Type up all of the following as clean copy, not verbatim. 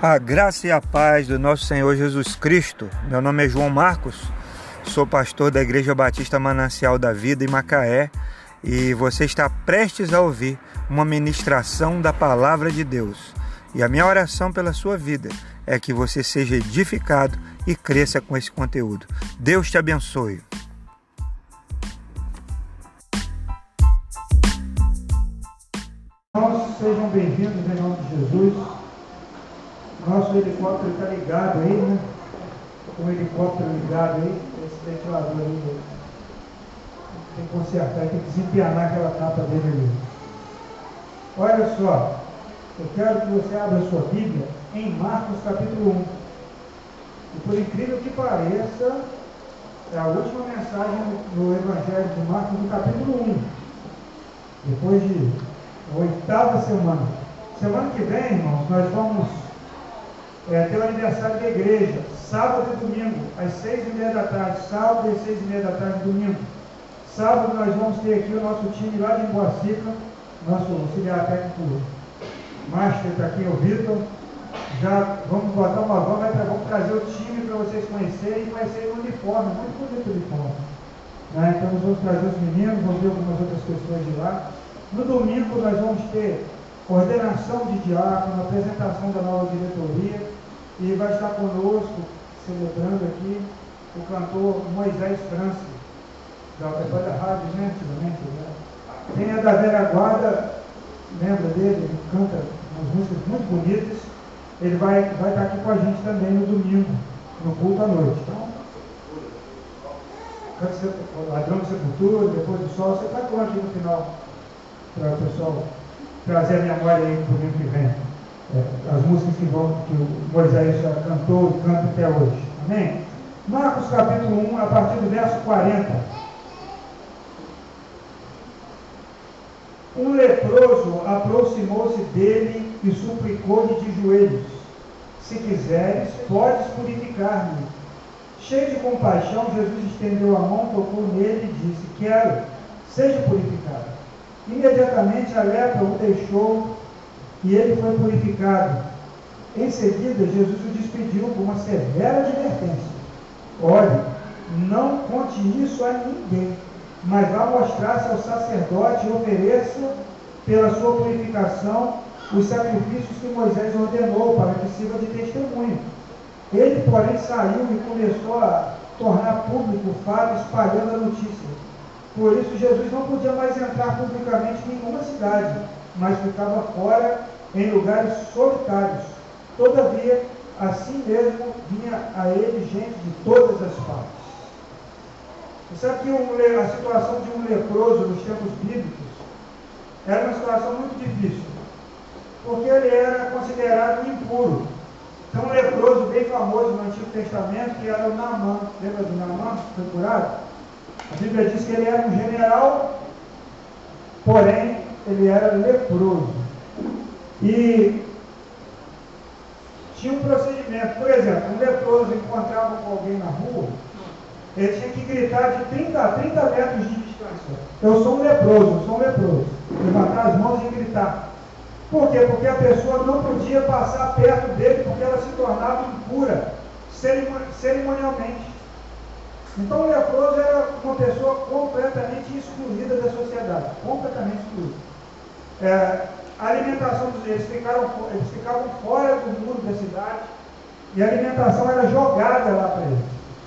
A graça e a paz do nosso Senhor Jesus Cristo. Meu nome é João Marcos, sou pastor da Igreja Batista Manancial da Vida em Macaé e você está prestes a ouvir uma ministração da Palavra de Deus. E a minha oração pela sua vida é que você seja edificado e cresça com esse conteúdo. Deus te abençoe. Irmãos, sejam bem-vindos em nome de Jesus. Nosso helicóptero está ligado aí, né? Com o helicóptero ligado aí, esse ventilador aí. Tem que consertar, tem que desempianar aquela capa dele ali. Olha só, eu quero que você abra a sua Bíblia em Marcos capítulo 1. E por incrível que pareça, é a última mensagem no Evangelho de Marcos no capítulo 1. Depois de oitava semana. Semana que vem, irmãos, nós vamos ter o aniversário da igreja, sábado e domingo, às 6h30 da tarde, sábado às 6h30 da tarde, domingo. Sábado nós vamos ter aqui o nosso time lá de Emboacica, nosso auxiliar técnico Master está aqui, o Vitor. Já vamos botar uma van, vamos trazer o time para vocês conhecerem, e vai ser um uniforme, muito bonito o uniforme. Então nós vamos trazer os meninos, vamos ver algumas outras pessoas de lá. No domingo nós vamos ter ordenação de diácono, apresentação da nova diretoria, e vai estar conosco, celebrando aqui, o cantor Moisés França, da rádio, né, antigamente, né? Quem é da velha guarda, lembra dele, ele canta umas músicas muito bonitas, ele vai estar aqui com a gente também no domingo, no culto à noite. Então, Ladrão de Sepultura, Depois do Sol, você está com aqui no final, para o pessoal trazer a memória aí para o domingo que vem. As músicas que o Moisés já cantou e canta até hoje. Amém? Marcos capítulo 1, a partir do verso 40. Um leproso aproximou-se dele e suplicou-lhe de joelhos: se quiseres, podes purificar-me. Cheio de compaixão, Jesus estendeu a mão, tocou nele e disse: quero, seja purificado. Imediatamente a lepra o deixou e ele foi purificado. Em seguida, Jesus o despediu com uma severa advertência: olhe, não conte isso a ninguém, mas vá mostrar-se ao sacerdote e ofereça pela sua purificação os sacrifícios que Moisés ordenou para que sirva de testemunho. Ele, porém, saiu e começou a tornar público o fato, espalhando a notícia. Por isso, Jesus não podia mais entrar publicamente em nenhuma cidade, mas ficava fora em lugares solitários. Todavia, assim mesmo, vinha a ele gente de todas as partes. Você sabe que a situação de um leproso nos tempos bíblicos era uma situação muito difícil, porque ele era considerado impuro. Então, um leproso bem famoso no Antigo Testamento, que era o Naamã. Lembra do Naamã? Foi curado? A Bíblia diz que ele era um general, porém, ele era leproso. E tinha um procedimento. Por exemplo, um leproso encontrava com alguém na rua, ele tinha que gritar de 30 a 30 metros de distância: eu sou um leproso. Levantar as mãos e gritar. Por quê? Porque a pessoa não podia passar perto dele, porque ela se tornava impura, cerimonialmente. Então o leproso era uma pessoa completamente excluída da sociedade, completamente excluída. A alimentação deles, eles ficavam fora do muro da cidade, e a alimentação era jogada lá para eles.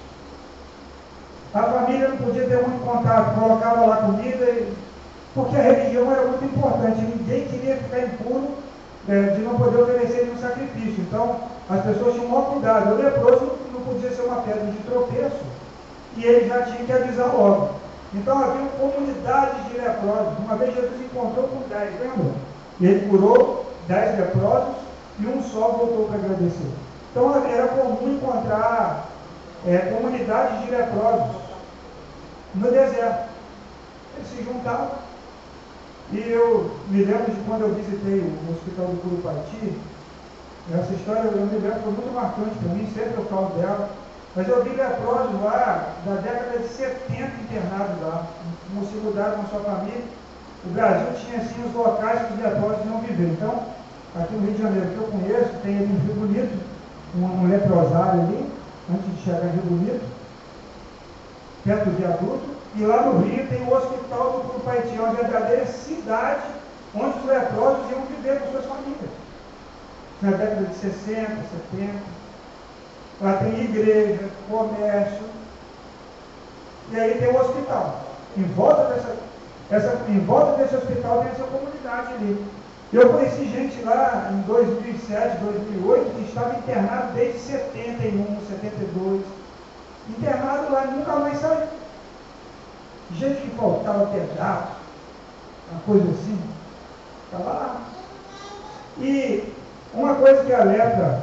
A família não podia ter muito contato, colocava lá comida, porque a religião era muito importante, ninguém queria ficar impuro de não poder oferecer nenhum sacrifício. Então as pessoas tinham o maior cuidado. O leproso não podia ser uma pedra de tropeço, e ele já tinha que avisar logo. Então havia comunidades de leprosos. Uma vez Jesus encontrou com 10, lembra? E ele curou 10 leprosos e um só voltou para agradecer. Então era comum encontrar comunidades de leprosos no deserto. Eles se juntavam. E eu me lembro de quando eu visitei o hospital do Curupaty. Essa história, eu me lembro, foi muito marcante para mim, sempre eu falo dela. Mas eu vi leprosos lá da década de 70 internados lá, como se mudaram com a sua família. O Brasil tinha assim os locais que os leprosos não viviam. Então, aqui no Rio de Janeiro, que eu conheço, tem ali em Rio Bonito, um leprosário ali, antes de chegar em Rio Bonito, perto do viaduto, e lá no Rio tem o Hospital do Curupaiti, uma verdadeira cidade onde os leprosos iam viver com suas famílias. Na década de 60, 70. Lá tem igreja, comércio, e aí tem o hospital. Em volta desse hospital tem essa comunidade ali. Eu conheci gente lá em 2007, 2008, que estava internado desde 71, 72. Internado lá, nunca mais saiu. Gente que faltava pedaço, uma coisa assim, estava lá. E uma coisa que a lepra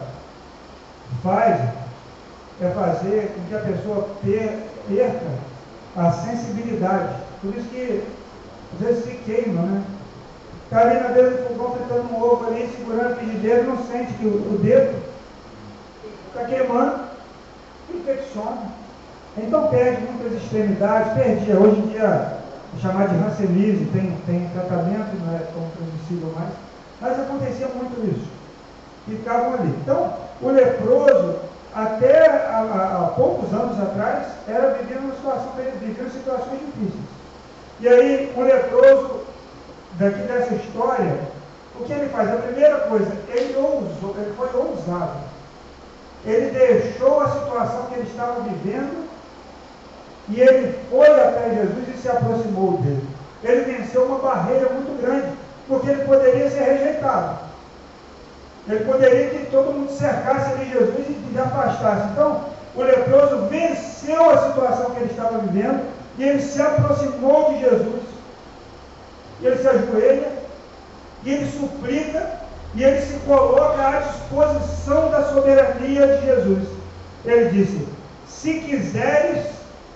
faz é fazer com que a pessoa perca a sensibilidade. Por isso que às vezes se queima, né? Está ali na beira do fogão fritando um ovo ali, segurando a frigideira, não sente que o dedo está queimando, infecciona. Então perde muitas extremidades, perdia. Hoje em dia, chamar de Hanseníase, tem tratamento, não é tão transmissível mais, mas acontecia muito isso. Ficavam ali. Então, o leproso, até há poucos anos atrás, vivia situações difíceis. E aí, o leproso, daqui dessa história, o que ele faz? A primeira coisa, ele foi ousado. Ele deixou a situação que ele estava vivendo e ele foi até Jesus e se aproximou dele. Ele venceu uma barreira muito grande, porque ele poderia ser rejeitado. Ele poderia que todo mundo cercasse ali Jesus e lhe afastasse. Então, o leproso venceu a situação que ele estava vivendo e ele se aproximou de Jesus. Ele se ajoelha e ele suplica e ele se coloca à disposição da soberania de Jesus. Ele disse: se quiseres,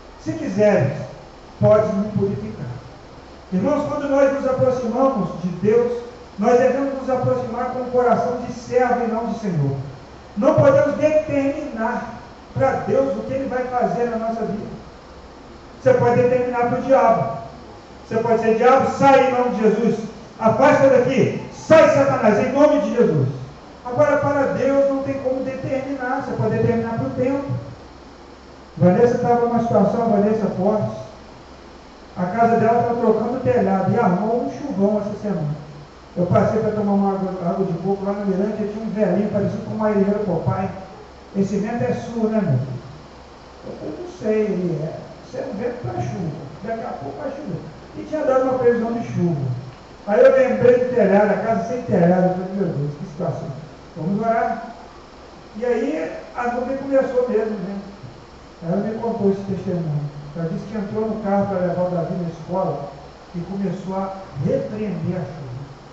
podes me purificar. Irmãos, quando nós nos aproximamos de Deus, nós devemos nos aproximar com o coração de servo e não de Senhor. Não podemos determinar para Deus o que Ele vai fazer na nossa vida. Você pode determinar para o diabo. Você pode dizer: diabo, sai em nome de Jesus. Afasta daqui. Sai, Satanás, em nome de Jesus. Agora, para Deus não tem como determinar. Você pode determinar para o tempo. Vanessa estava numa situação, Vanessa Fortes. A casa dela estava trocando o telhado e armou um chuvão essa semana. Eu passei para tomar uma água de coco lá no Mirante e tinha um velhinho parecido com uma Maria Papai. Esse vento é sul, né, meu filho? Eu não sei, ele é. Isso é um vento para chuva. Daqui a pouco vai chover. E tinha dado uma previsão de chuva. Aí eu lembrei do telhado, a casa sem telhado. Eu falei: meu Deus, que situação. Vamos orar. E aí a nuvem começou mesmo, né? Ela me contou esse testemunho. Ela disse que entrou no carro para levar o Davi na escola e começou a repreender a chuva.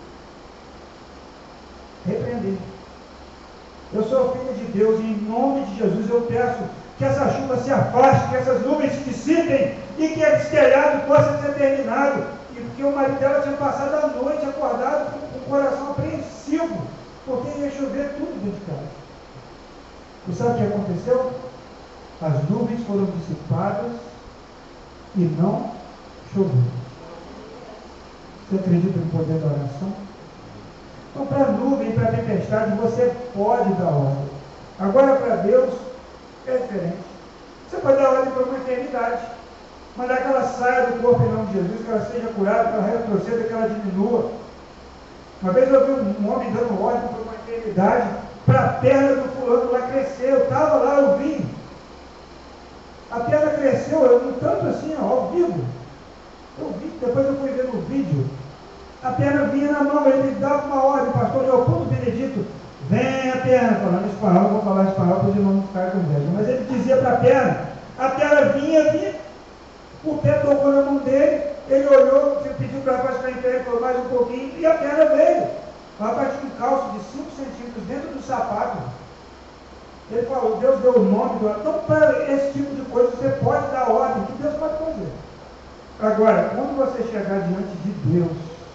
Repreender. Eu sou filho de Deus e em nome de Jesus eu peço que essa chuva se afaste, que essas nuvens se dissipem e que esse telhado possa ser terminado. E porque o marido dela tinha passado a noite acordado com o coração apreensivo, porque ia chover tudo dentro de casa. E sabe o que aconteceu? As nuvens foram dissipadas e não choveu. Você acredita no poder da oração? Então, para a nuvem, para a tempestade, você pode dar ordem. Agora, para Deus, é diferente. Você pode dar ordem para uma enfermidade, mandar que ela saia do corpo em nome de Jesus, que ela seja curada, que ela retroceda, que ela diminua. Uma vez eu vi um homem dando ordem para uma enfermidade, para a perna do fulano lá crescer. Eu estava lá, eu vi. A perna cresceu, um tanto assim, ó, ao vivo. Eu vi, depois eu fui ver no vídeo. A perna vinha na mão, ele dava uma ordem, pastor Leopoldo Benedito, vem a perna, falando espanhol, vou falar espanhol para os irmãos não ficarem com inveja. Mas ele dizia para a perna vinha, o pé tocou na mão dele, ele olhou, pediu para a rapaz ficar em pé, falou mais um pouquinho, e a perna veio. O rapaz tinha um calço de 5 centímetros dentro do sapato. Ele falou: Deus deu o nome do. Então, para esse tipo de coisa, você pode dar ordem, que Deus pode fazer. Agora, quando você chegar diante de Deus,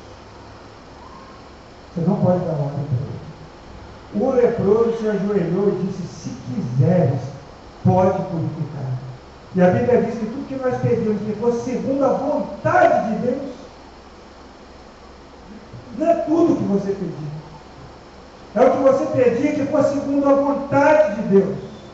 você não pode dar ordem para ele. O leproso se ajoelhou e disse: se quiseres, pode purificar. E a Bíblia diz que tudo que nós pedimos que fosse segundo a vontade de Deus, não é tudo que você pedir. pedir que for segundo a vontade de Deus.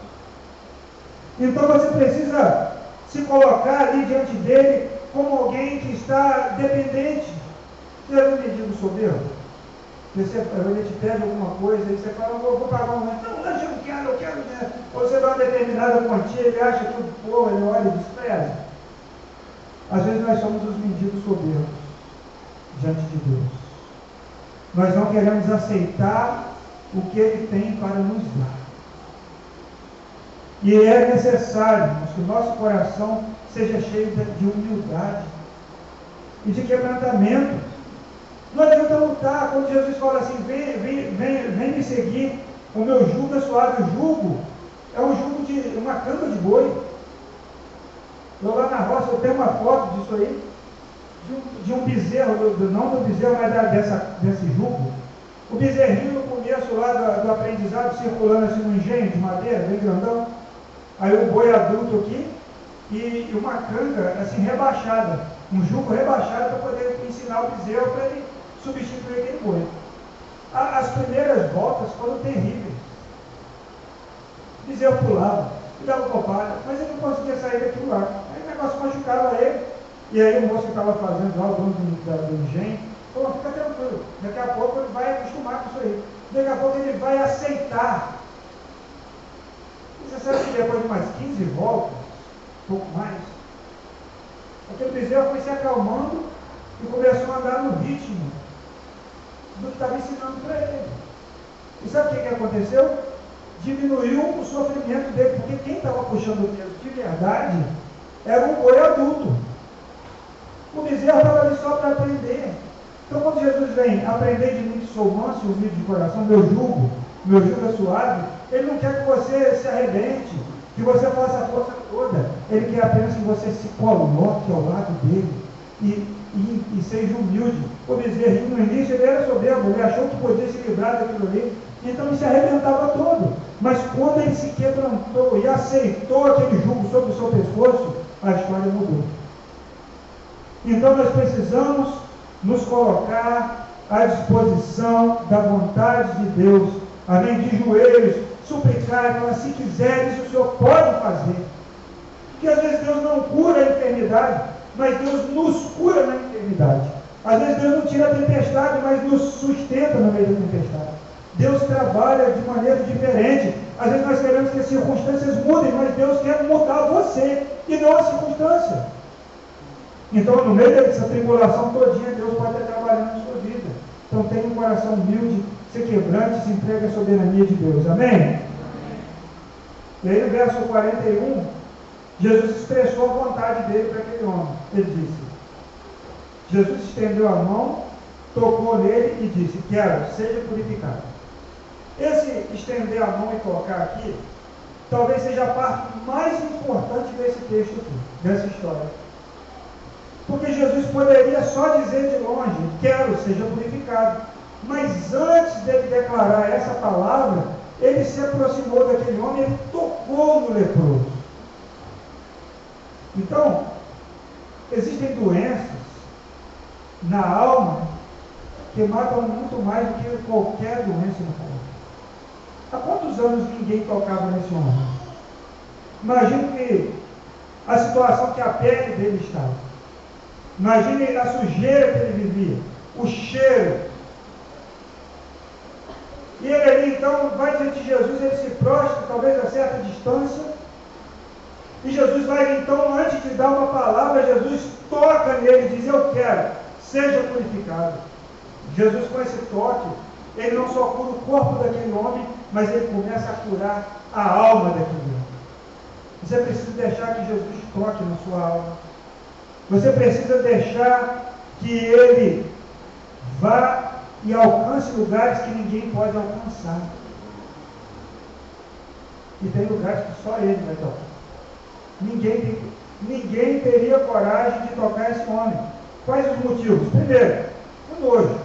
Então você precisa se colocar ali diante dele como alguém que está dependente. Você é um mendigo soberbo? Ele te pede alguma coisa e você fala, vou pagar um lanche. Não, lanche eu quero, né? Ou você dá uma determinada quantia, ele acha que ele olha e despreza. Às vezes nós somos os mendigos soberbos diante de Deus. Nós não queremos aceitar o que Ele tem para nos dar. E é necessário, irmãos, que o nosso coração seja cheio de humildade e de quebrantamento. Não adianta lutar, quando Jesus fala assim, vem me seguir, o meu jugo é suave. O jugo é um jugo de uma canga de boi. Eu lá na roça, eu tenho uma foto disso aí, de um bezerro, não do bezerro, mas desse jugo. O bezerrinho no começo lá do aprendizado, circulando assim no engenho de madeira, bem grandão. Aí o boi adulto aqui e uma canga assim rebaixada, um jugo rebaixado para poder ensinar o bezerro para ele substituir aquele boi. As primeiras voltas foram terríveis. O bezerro pulava, dava copada, mas ele não conseguia sair daquilo lá. Aí o negócio machucava ele, e aí o moço que estava fazendo lá, o dono do engenho, falou, fica tranquilo, daqui a pouco ele vai acostumar com isso aí. Daqui a pouco ele vai aceitar. E você sabe que depois de umas 15 voltas, um pouco mais, aquele bezerro foi se acalmando e começou a andar no ritmo do que estava ensinando para ele. E sabe o que aconteceu? Diminuiu o sofrimento dele, porque quem estava puxando o peso de verdade era um boi adulto. O bezerro estava ali só para aprender. Então quando Jesus vem aprender de mim que sou manso e humilde de coração, meu jugo é suave, ele não quer que você se arrebente, que você faça a força toda. Ele quer apenas que você se coloque ao lado dele e seja humilde. O bezerrinho no início ele era soberbo, ele achou que podia se livrar daquilo ali, então ele se arrebentava todo. Mas quando ele se quebrantou e aceitou aquele jugo sobre o seu pescoço, a história mudou. Então nós precisamos nos colocar à disposição da vontade de Deus, além de joelhos, suplicar e falar, se quiseres, o Senhor pode fazer. Porque às vezes Deus não cura a enfermidade, mas Deus nos cura na enfermidade. Às vezes Deus não tira a tempestade, mas nos sustenta no meio da tempestade. Deus trabalha de maneira diferente. Às vezes nós queremos que as circunstâncias mudem, mas Deus quer mudar você e não a circunstância. Então, no meio dessa tribulação todinha, Deus pode estar trabalhando na sua vida. Então, tenha um coração humilde, se quebrante, se entregue à soberania de Deus. Amém? E aí, no verso 41, Jesus expressou a vontade dele para aquele homem. Ele disse, Jesus estendeu a mão, tocou nele e disse, quero, seja purificado. Esse estender a mão e tocar aqui, talvez seja a parte mais importante desse texto aqui, dessa história. Porque Jesus poderia só dizer de longe, quero, seja purificado. Mas antes dele declarar essa palavra, ele se aproximou daquele homem e ele tocou no leproso. Então, existem doenças na alma que matam muito mais do que qualquer doença no corpo. Há quantos anos ninguém tocava nesse homem? Imagine que a situação que a pele dele estava. Imagine a sujeira que ele vivia, o cheiro. E ele ali então vai diante de Jesus, ele se prostra, talvez a certa distância. E Jesus vai então, antes de dar uma palavra, Jesus toca nele e diz, eu quero, seja purificado. Jesus com esse toque, ele não só cura o corpo daquele homem, mas ele começa a curar a alma daquele homem. Você precisa deixar que Jesus toque na sua alma. Você precisa deixar que ele vá e alcance lugares que ninguém pode alcançar. E tem lugares que só ele vai tocar. Ninguém teria coragem de tocar esse homem. Quais os motivos? Primeiro, o nojo.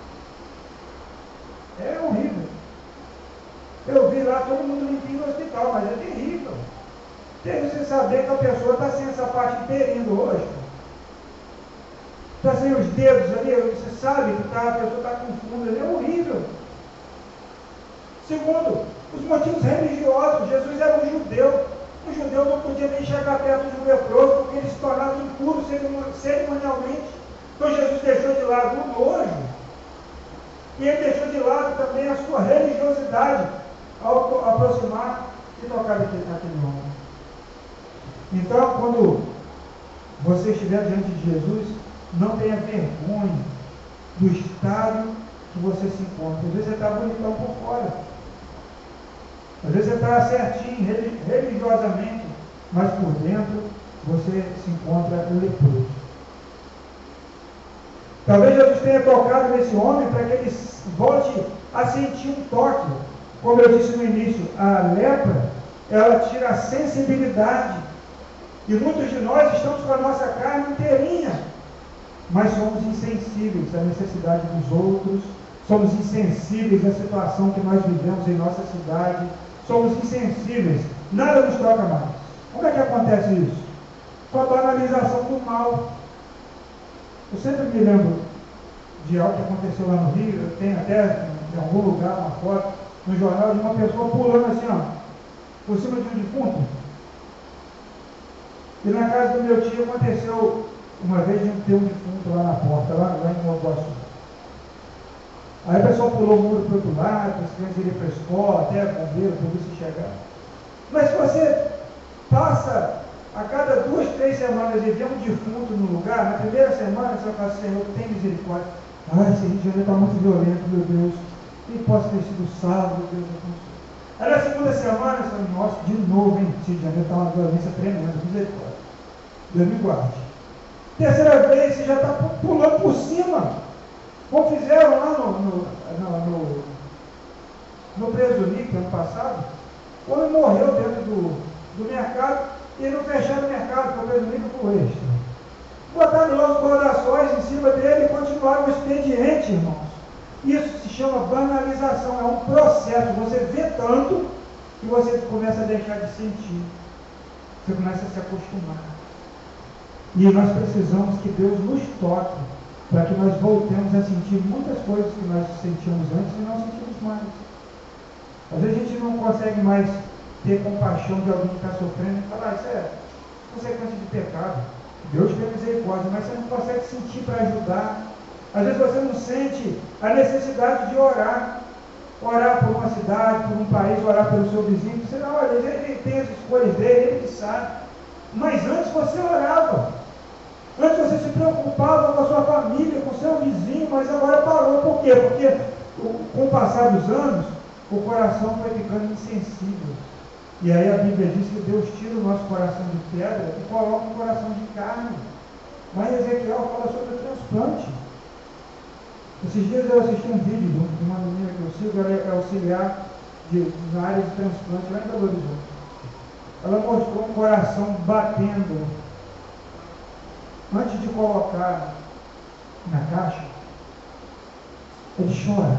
É horrível. Eu vi lá todo mundo limpinho no hospital, mas é terrível. Tem você saber que a pessoa está sem essa parte inteirinha do rosto. Está sem os dedos ali, você sabe que a pessoa está com fundo ali, é horrível. Segundo, os motivos religiosos. Jesus era um judeu. O judeu não podia nem chegar perto de um leproso, porque ele se tornava impuro cerimonialmente. Então Jesus deixou de lado o nojo, e ele deixou de lado também a sua religiosidade ao aproximar e tocar naquele homem. Então, quando você estiver diante de Jesus, não tenha vergonha do estado que você se encontra. Às vezes você está bonitão por fora, às vezes você está certinho religiosamente, mas por dentro você se encontra leproso. Talvez Jesus tenha tocado nesse homem para que ele volte a sentir um toque. Como eu disse no início, a lepra, ela tira a sensibilidade. E muitos de nós estamos com a nossa carne inteirinha, mas somos insensíveis à necessidade dos outros, somos insensíveis à situação que nós vivemos em nossa cidade, somos insensíveis, nada nos toca mais. Como é que acontece isso? Com a banalização do mal. Eu sempre me lembro de algo que aconteceu lá no Rio. Eu tenho até em algum lugar uma foto no jornal de uma pessoa pulando assim, ó, por cima de um defunto. E na casa do meu tio aconteceu uma vez de ter um defunto lá na porta, lá em Iguaçu. Aí a pessoa pulou o muro para o outro lado, as crianças iriam para a escola, até a bombeira, a polícia chegar. Mas se você passa a cada 2, 3 semanas e vê um defunto no lugar, na primeira semana você vai falar, Senhor, tem misericórdia. Ai, esse Rio de Janeiro está muito violento, meu Deus. E posso ter sido salvo, meu Deus. Aí na segunda semana, você fala, nossa, de novo, hein? Esse Rio de Janeiro está uma violência tremenda, misericórdia. Deus me guarde. Terceira vez, você já está pulando por cima. Como fizeram lá no Presunic, ano passado. O homem morreu dentro do mercado e não fecharam o mercado, porque o Presunic foi extra. Botaram lá os guarda-sóis em cima dele e continuaram o expediente, irmãos. Isso se chama banalização, é um processo. Você vê tanto que você começa a deixar de sentir. Você começa a se acostumar. E nós precisamos que Deus nos toque, para que nós voltemos a sentir muitas coisas que nós sentíamos antes e não sentimos mais. Às vezes a gente não consegue mais ter compaixão de alguém que está sofrendo e falar, isso é consequência de pecado. Deus tem misericórdia, mas você não consegue sentir para ajudar. Às vezes você não sente a necessidade de orar. Orar por uma cidade, por um país, orar pelo seu vizinho. Você não, olha, ele tem as escolhas dele, ele que sabe. Mas antes você orava. Antes você se preocupava com a sua família, com o seu vizinho, mas agora parou. Por quê? Porque com o passar dos anos, o coração foi ficando insensível. E aí a Bíblia diz que Deus tira o nosso coração de pedra e coloca um coração de carne. Mas Ezequiel fala sobre o transplante. Esses dias eu assisti um vídeo de uma menina que eu sigo, ela é auxiliar na área de transplante lá em Belo Horizonte. Ela mostrou um coração batendo. Antes de colocar na caixa, é de chorar.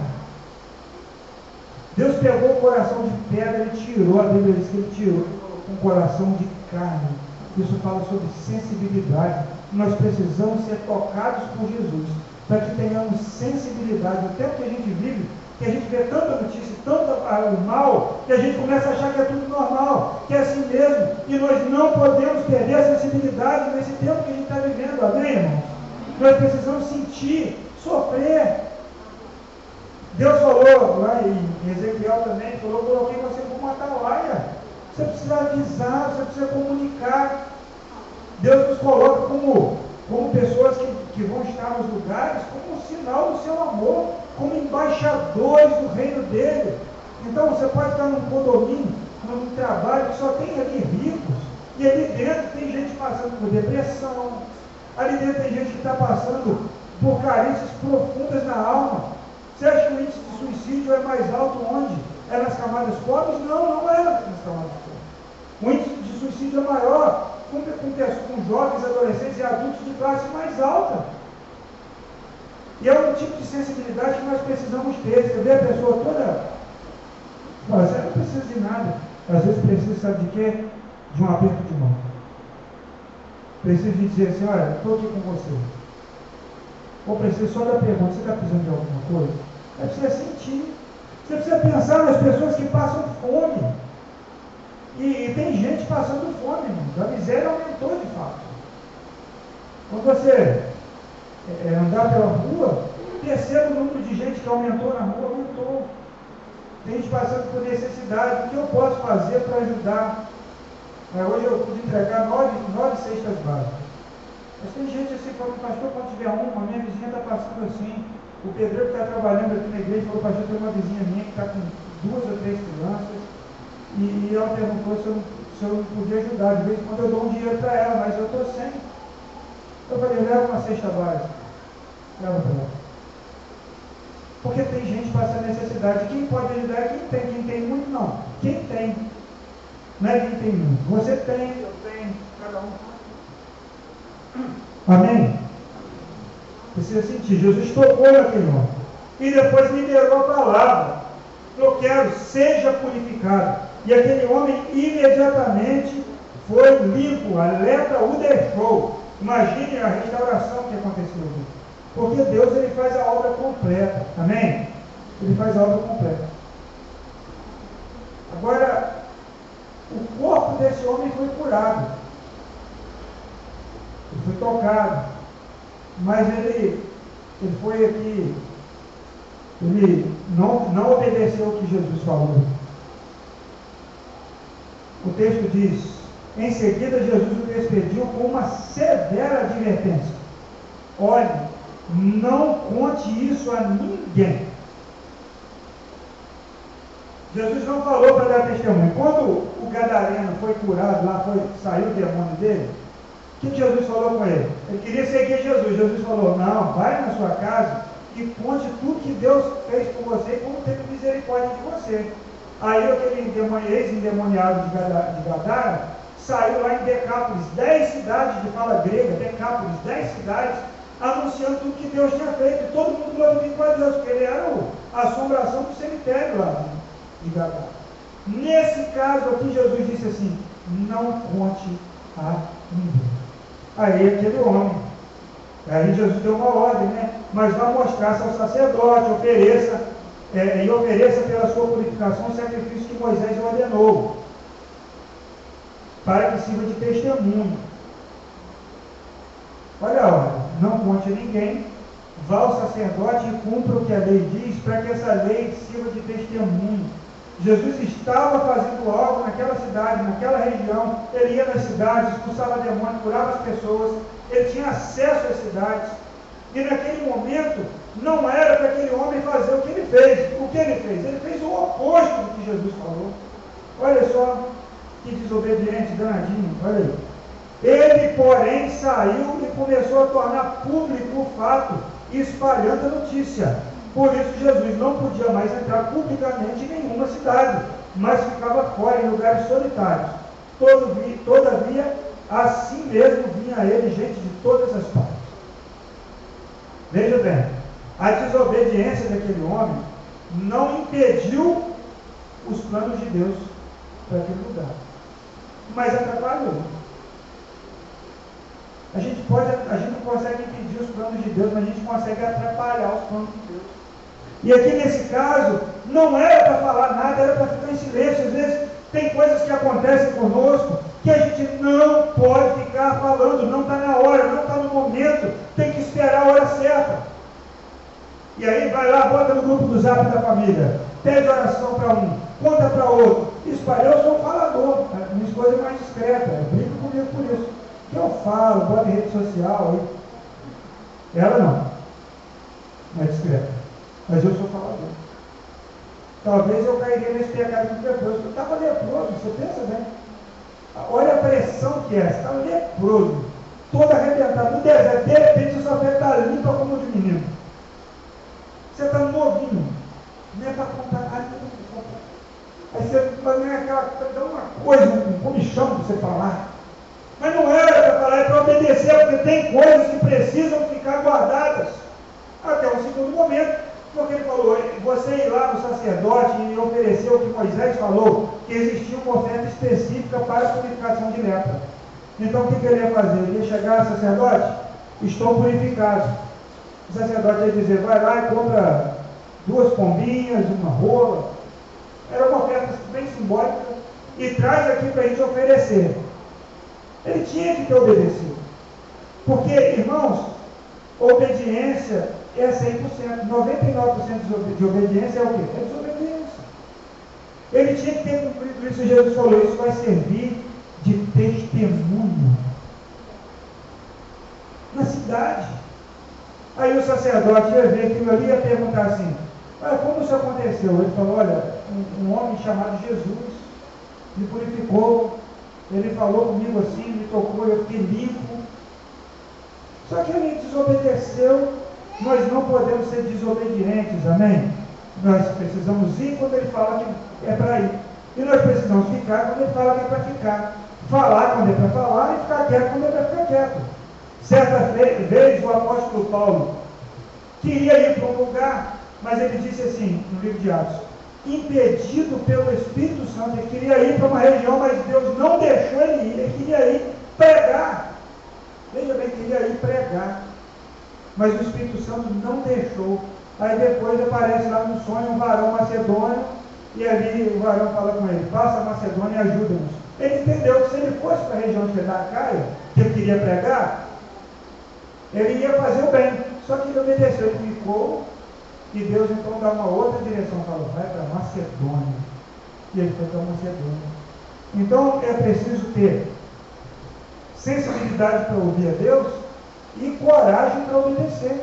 Deus pegou o coração de pedra e tirou, a Bíblia diz que ele tirou um coração de carne. Isso fala sobre sensibilidade. Nós precisamos ser tocados por Jesus, para que tenhamos sensibilidade. No tempo que a gente vive, que a gente vê tanta notícia, tanto mal, que a gente começa a achar que é tudo normal, que é assim mesmo, e nós não podemos perder a sensibilidade nesse tempo que a gente está vivendo, amém, irmãos? Nós precisamos sentir, sofrer. Deus falou lá em Ezequiel também, falou, coloquei você como uma atalaia. Você precisa avisar, você precisa comunicar. Deus nos coloca como pessoas que vão estar nos lugares, como um sinal do seu amor, como embaixadores do reino dele. Então você pode estar num condomínio, num trabalho que só tem ali ricos, e ali dentro tem gente passando por depressão, ali dentro tem gente que está passando por carícias profundas na alma. Você acha que o índice de suicídio é mais alto onde? É nas camadas pobres? Não, não é nas camadas pobres. O índice de suicídio é maior com jovens, adolescentes e adultos de classe mais alta. E é um tipo de sensibilidade que nós precisamos ter. Você vê a pessoa toda, você não precisa de nada. Às vezes precisa, sabe de quê? De um aperto de mão. Precisa de dizer assim, olha, estou aqui com você. Ou precisa só da pergunta, você está precisando de alguma coisa? É precisa sentir. Você precisa pensar nas pessoas que passam fome. E tem gente passando fome, irmãos. A miséria aumentou de fato. Quando você andar pela rua, perceba o número de gente que aumentou na rua, aumentou. Tem gente passando por necessidade. O que eu posso fazer para ajudar? Hoje eu pude entregar 9 cestas básicas. Mas tem gente assim falando, pastor, quando tiver uma, minha vizinha está passando assim. O pedreiro que está trabalhando aqui na igreja falou, pastor, tem uma vizinha minha que está com 2 ou 3 crianças. E ela perguntou se eu podia ajudar. De vez em quando eu dou um dinheiro para ela, mas eu estou sem. Eu falei, leva uma cesta básica. Leva para ela. Porque tem gente passando necessidade. Quem pode ajudar é quem tem. Quem tem muito, não. Quem tem. Não é quem tem muito. Você tem, eu tenho, cada um. Amém? Precisa sentir. Jesus tocou naquele homem. E depois liberou a palavra. Eu quero, seja purificado. E aquele homem imediatamente foi limpo. A lepra o deixou. Imagine a restauração que aconteceu ali. Porque Deus, ele faz a obra completa. Amém? Ele faz a obra completa. Agora, o corpo desse homem foi curado. Ele foi tocado. Mas ele foi aqui, ele não obedeceu o que Jesus falou. O texto diz, em seguida Jesus o despediu com uma severa advertência. Olhe, não conte isso a ninguém. Jesus não falou para dar testemunho. Quando o gadareno foi curado lá, saiu o demônio dele, o que Jesus falou com ele? Ele queria seguir Jesus. Jesus falou, não, vai na sua casa e conte tudo que Deus fez por você e como teve misericórdia de você. Aí aquele ex-endemoniado de Gadara saiu lá em Decápolis, 10 cidades de fala grega, Decápolis, 10 cidades, anunciando tudo que Deus tinha feito. E todo mundo glorificou a Deus, porque ele era a assombração do cemitério lá de Gadara. Nesse caso aqui, Jesus disse assim, não conte a ninguém. Aí aquele homem, aí Jesus deu uma ordem, né? Mas vá mostrar-se ao sacerdote, ofereça pela sua purificação o sacrifício que Moisés ordenou, para que sirva de testemunho. Olha a ordem, não conte a ninguém, vá ao sacerdote e cumpra o que a lei diz, para que essa lei sirva de testemunho. Jesus estava fazendo algo naquela cidade, naquela região. Ele ia nas cidades, expulsava demônios, curava as pessoas. Ele tinha acesso às cidades. E naquele momento, não era para aquele homem fazer o que ele fez. O que ele fez? Ele fez o oposto do que Jesus falou. Olha só, que desobediente, danadinho. Olha aí. Ele, porém, saiu e começou a tornar público o fato, espalhando a notícia. Por isso Jesus não podia mais entrar publicamente em nenhuma cidade, mas ficava fora em lugares solitários. Todavia, assim mesmo vinha a ele gente de todas as partes. Veja bem, a desobediência daquele homem não impediu os planos de Deus para aquele lugar, mas atrapalhou. A gente não consegue impedir os planos de Deus, mas a gente consegue atrapalhar os planos de Deus. E aqui nesse caso, não era para falar nada, era para ficar em silêncio. Às vezes tem coisas que acontecem conosco que a gente não pode ficar falando, não está na hora, não está no momento, tem que esperar a hora certa. E aí vai lá, bota no grupo do Zap da família, pede oração para um, conta para outro. Espalhou, eu sou um falador, minha esposa é mais discreta, brinca comigo por isso. Que eu falo, boto em rede social, aí. Ela não é discreta, mas eu sou falador. Talvez eu cairia nesse pecado de leproso. Eu estava leproso, você pensa bem. Olha a pressão que é, você estava leproso, todo arrebentado no deserto, de repente a sua fé está limpa como de menino. Você está novinho, não é para contar nada, aí você vai ganhar aquela, dá uma coisa, um comichão para você falar. Mas não era para falar, é para obedecer, porque tem coisas que precisam ficar guardadas até um segundo momento. Porque ele falou, você ir lá no sacerdote e oferecer o que Moisés falou, que existia uma oferta específica para a purificação de lepra. Então o que ele ia fazer? Ele ia chegar ao sacerdote, estou purificado. O sacerdote ia dizer, vai lá e compra 2 pombinhas, uma rola. Era uma oferta bem simbólica e traz aqui para a gente oferecer. Ele tinha que ter obedecido. Porque, irmãos, obediência é 100%. 99% de obediência é o quê? É desobediência. Ele tinha que ter cumprido isso. Jesus falou, isso vai servir de testemunho na cidade. Aí o sacerdote ia ver aquilo ali e ia perguntar assim, como isso aconteceu? Ele falou, olha, um homem chamado Jesus me purificou, ele falou comigo assim, me tocou, eu fiquei limpo. Só que ele desobedeceu. Nós não podemos ser desobedientes, amém? Nós precisamos ir quando ele fala que é para ir. E nós precisamos ficar quando ele fala que é para ficar. Falar quando é para falar e ficar quieto quando é para ficar quieto. Certa vez o apóstolo Paulo queria ir para um lugar, mas ele disse assim, no livro de Atos, impedido pelo Espírito Santo, ele queria ir para uma região, mas Deus não deixou ele ir, ele queria ir pregar. Veja bem, queria ir pregar, mas o Espírito Santo não deixou. Aí depois aparece lá no sonho um varão macedônio, e ali o varão fala com ele, passa a Macedônia e ajuda-nos. Ele entendeu que se ele fosse para a região de Caia, que ele queria pregar, ele ia fazer o bem, só que ele obedeceu, ele ficou, e Deus então dá uma outra direção, falou, vai para Macedônia, e ele foi para Macedônia. Então é preciso ter sensibilidade para ouvir a Deus e coragem para obedecer.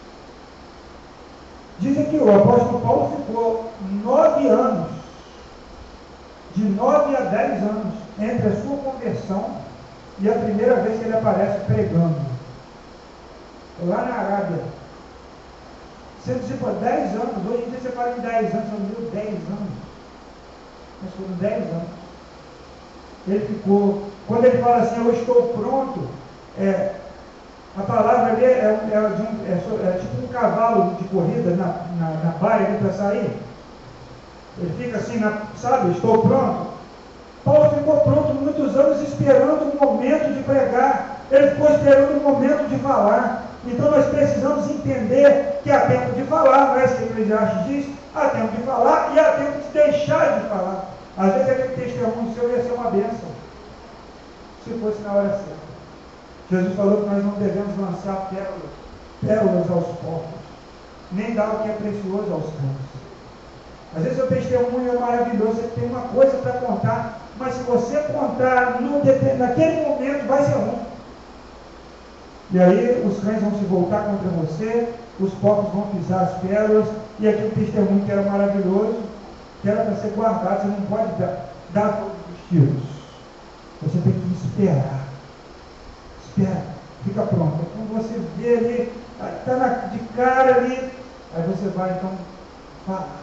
Diz aqui, o apóstolo Paulo ficou 9 anos, de 9 a 10 anos, entre a sua conversão e a primeira vez que ele aparece pregando, lá na Arábia. Você diz, 10 anos, hoje em dia você fala em 10 anos, eu digo 10 anos, mas foram 10 anos. Ele ficou, quando ele fala assim, eu estou pronto, a palavra ali é tipo um cavalo de corrida na baia para sair. Ele fica assim, sabe, estou pronto. Paulo ficou pronto muitos anos esperando o momento de pregar. Ele ficou esperando o momento de falar. Então nós precisamos entender que há tempo de falar, não é isso que o Eclesiastes diz? Há tempo de falar e há tempo de deixar de falar. Às vezes aquele testemunho seu ia ser uma bênção, se fosse na hora certa. Jesus falou que nós não devemos lançar pérolas aos porcos, nem dar o que é precioso aos cães. Às vezes o testemunho é maravilhoso, você tem uma coisa para contar, mas se você contar naquele momento, vai ser ruim. E aí os cães vão se voltar contra você, os porcos vão pisar as pérolas, e aquele testemunho que era maravilhoso, que era para ser guardado, você não pode dar todos os tiros. Você tem que esperar. Espera, fica pronto. Quando você vê ali, está de cara ali, aí você vai então falar.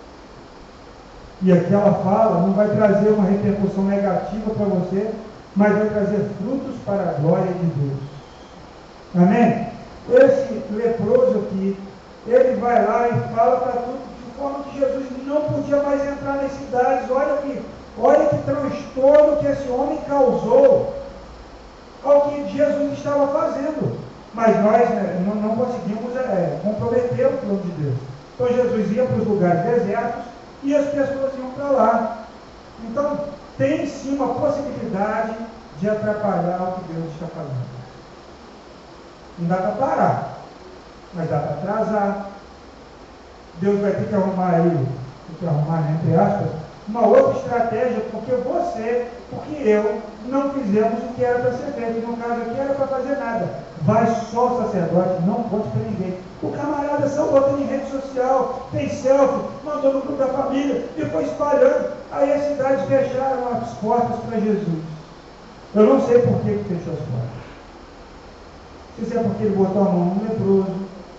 E aquela fala não vai trazer uma repercussão negativa para você, mas vai trazer frutos para a glória de Deus. Amém? Esse leproso aqui, ele vai lá e fala para tudo, de forma que Jesus não podia mais entrar nas cidades. Olha que transtorno que esse homem causou ao que Jesus estava fazendo. Mas nós não conseguimos comprometer o plano de Deus. Então Jesus ia para os lugares desertos e as pessoas iam para lá. Então tem sim uma possibilidade de atrapalhar o que Deus está fazendo. Não dá para parar, mas dá para atrasar. Deus vai ter que arrumar aí, entre aspas, uma outra estratégia, porque eu não fizemos o que era para ser feito. No caso aqui era para fazer nada. Vai só o sacerdote, não conte para ninguém. O camarada só botou em rede social, fez selfie, mandou no grupo da família e foi espalhando. Aí as cidades fecharam as portas para Jesus. Eu não sei por que fechou as portas. Se é porque ele botou a mão no leproso,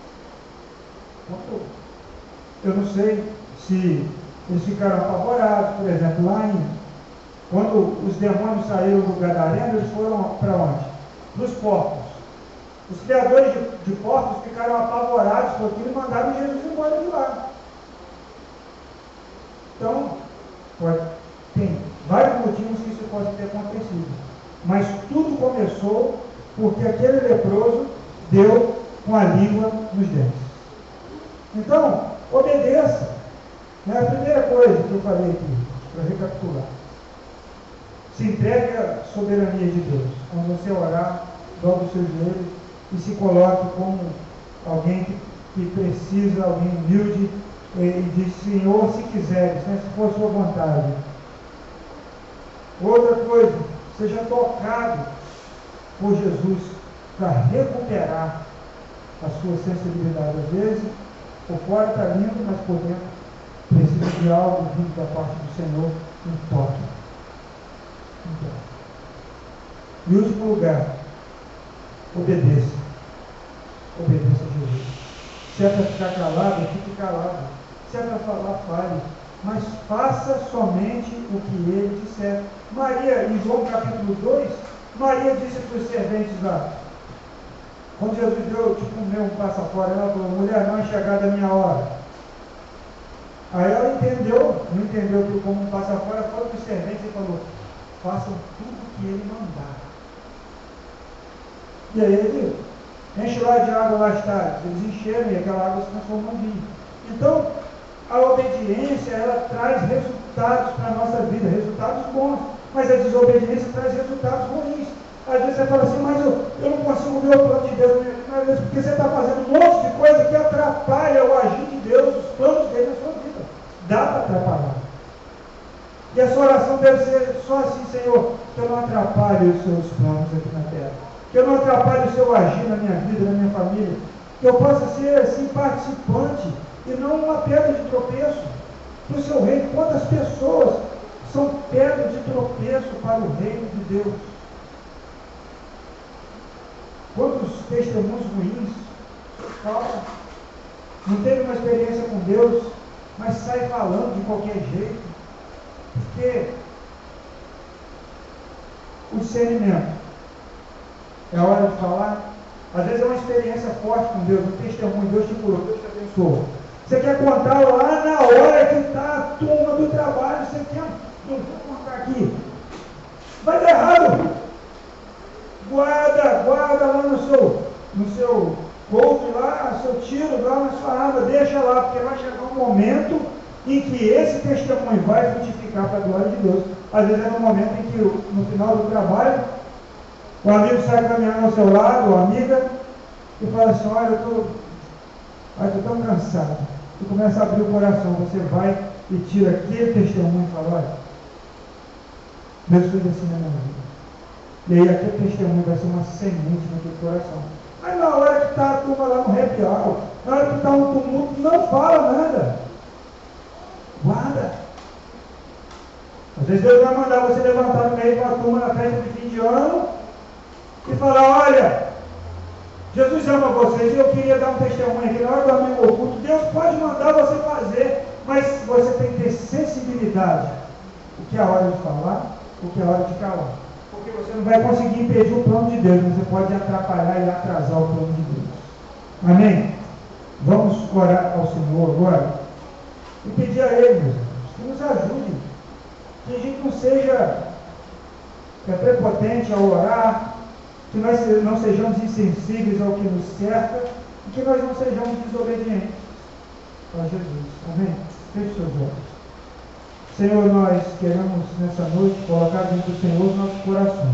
eu não sei se eles ficaram apavorados. Por exemplo, quando os demônios saíram do Gadareno, eles foram para onde? Para os porcos. Os criadores de porcos ficaram apavorados com aquilo e mandaram Jesus embora de lá. Então, tem vários motivos que isso pode ter acontecido. Mas tudo começou porque aquele leproso deu com a língua nos dentes. Então, Obedeça. É a primeira coisa que eu falei aqui, para recapitular. Se entregue à soberania de Deus. Quando você orar, dobre os seus joelhos e se coloque como alguém que precisa, alguém humilde, e diz: Senhor, se quiseres, né, se for a sua vontade. Outra coisa, seja tocado por Jesus para recuperar a sua sensibilidade. Às vezes, por fora está lindo, mas por dentro precisa de algo vindo da parte do Senhor, um toque. Em último lugar, obedeça. Obedeça a Jesus. Se é para ficar calado, fique calado. Se é para falar, fale. Mas faça somente o que ele disser. Maria, em João capítulo 2, Maria disse para os serventes lá, quando Jesus deu, meu passa fora, ela falou: mulher, não é chegada a minha hora. Aí ela entendeu, não entendeu que como passa fora, falou para os serventes e falou: façam tudo o que ele mandar. E aí ele enche lá de água lá está. Eles encheram e aquela água se transformou em vinho. Então, a obediência, ela traz resultados para a nossa vida, resultados bons, mas a desobediência traz resultados ruins. Às vezes você fala assim: mas eu não consigo ver o plano de Deus. Às vezes porque você está fazendo um monte de coisa que atrapalha o agir de Deus, os planos dele na sua vida. Dá para atrapalhar. E a sua oração deve ser só assim: Senhor, que eu não atrapalhe os seus planos aqui na terra, que eu não atrapalhe o seu agir na minha vida, na minha família, que eu possa ser assim participante e não uma pedra de tropeço para o seu reino. Quantas pessoas são pedras de tropeço para o reino de Deus? Quantos testemunhos ruins falam, não teve uma experiência com Deus, mas sai falando de qualquer jeito, porque o discernimento é a hora de falar. Às vezes é uma experiência forte com Deus, um testemunho: Deus te curou, Deus te abençoou. Você quer contar lá na hora que está a turma do trabalho, você quer, não vou contar aqui, vai dar errado. Guarda lá no seu golpe lá, seu tiro lá na sua arma, deixa lá, porque vai chegar um momento em que esse testemunho vai frutificar para a glória de Deus. Às vezes é no momento em que, no final do trabalho, o amigo sai caminhando ao seu lado, ou a amiga, e fala assim: olha, eu estou tão cansado. E começa a abrir o coração. Você vai e tira aquele testemunho e fala: olha, Deus fez assim na minha vida. E aí aquele testemunho vai ser uma semente naquele coração. Mas na hora que está a turma lá no happy hour, na hora que está um tumulto, não fala nada. Guarda. Às vezes Deus vai mandar você levantar no meio de uma turma na festa de fim de ano e falar: olha, Jesus ama vocês, e eu queria dar um testemunho aqui na hora do amigo oculto. Deus pode mandar você fazer, mas você tem que ter sensibilidade. O que é a hora de falar, o que é a hora de calar. Porque você não vai conseguir impedir o plano de Deus, mas você pode atrapalhar e atrasar o plano de Deus. Amém? Vamos orar ao Senhor agora e pedir a Ele, meus irmãos, que nos ajude, que a gente não seja prepotente ao orar, que nós não sejamos insensíveis ao que nos cerca e que nós não sejamos desobedientes a Jesus. Amém? Feche seus olhos. Senhor, nós queremos nessa noite colocar diante do Senhor os nossos corações.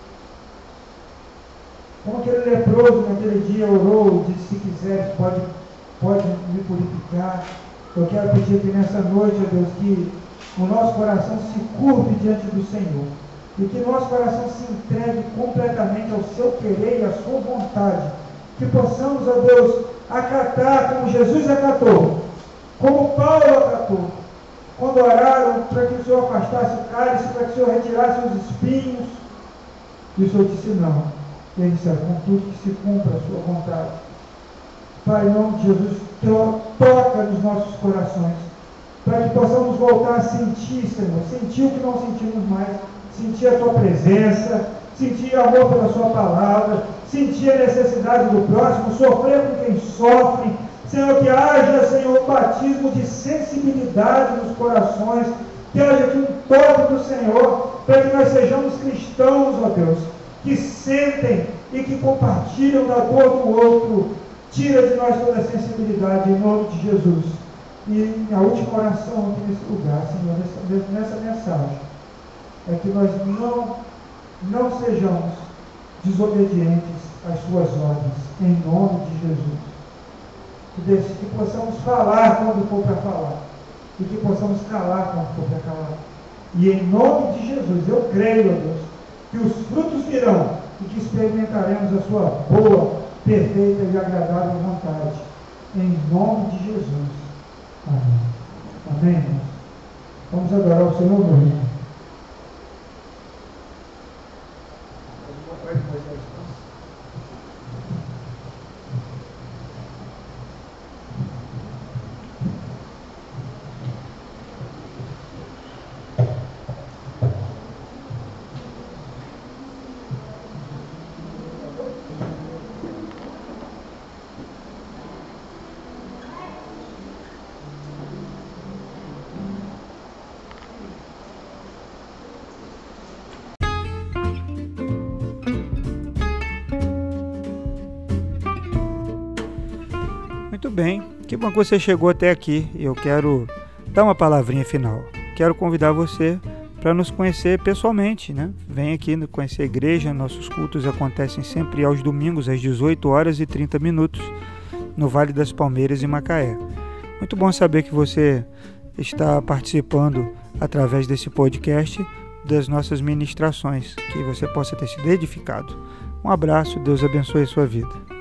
Como aquele leproso naquele dia orou, disse: se quiseres, pode me purificar. Eu quero pedir que nessa noite, ó Deus, que o nosso coração se curve diante do Senhor. E que nosso coração se entregue completamente ao seu querer e à sua vontade. Que possamos, ó Deus, acatar como Jesus acatou, como Paulo acatou, quando oraram para que o Senhor afastasse o cálice, para que o Senhor retirasse os espinhos. E o Senhor disse: não. E ele disse: contudo que se cumpra a sua vontade. Pai, em nome de Jesus, toca nos nossos corações, para que possamos voltar a sentir, Senhor, sentir o que não sentimos mais, sentir a Tua presença, sentir amor pela Sua palavra, sentir a necessidade do próximo, sofrer com quem sofre. Senhor, que haja, Senhor, um batismo de sensibilidade nos corações, que haja aqui um toque do Senhor, para que nós sejamos cristãos, ó Deus, que sentem e que compartilham da dor do outro. Tira de nós toda a sensibilidade, em nome de Jesus. E a última oração aqui nesse lugar, Senhor, nessa mensagem, é que nós não sejamos desobedientes às suas ordens, em nome de Jesus. Que possamos falar quando for para falar, e que possamos calar quando for para calar. E em nome de Jesus, eu creio, ó Deus, que os frutos virão e que experimentaremos a sua boa, perfeita e agradável vontade. Em nome de Jesus. Amém. Amém, irmãos? Vamos adorar o Senhor, meu irmão. Muito bem, que bom que você chegou até aqui. Eu quero dar uma palavrinha final. Quero convidar você para nos conhecer pessoalmente, né? Vem aqui conhecer a igreja. Nossos cultos acontecem sempre aos domingos às 18h30 no Vale das Palmeiras, em Macaé. Muito bom saber que você está participando através desse podcast das nossas ministrações, que você possa ter sido edificado. Um abraço, Deus abençoe a sua vida.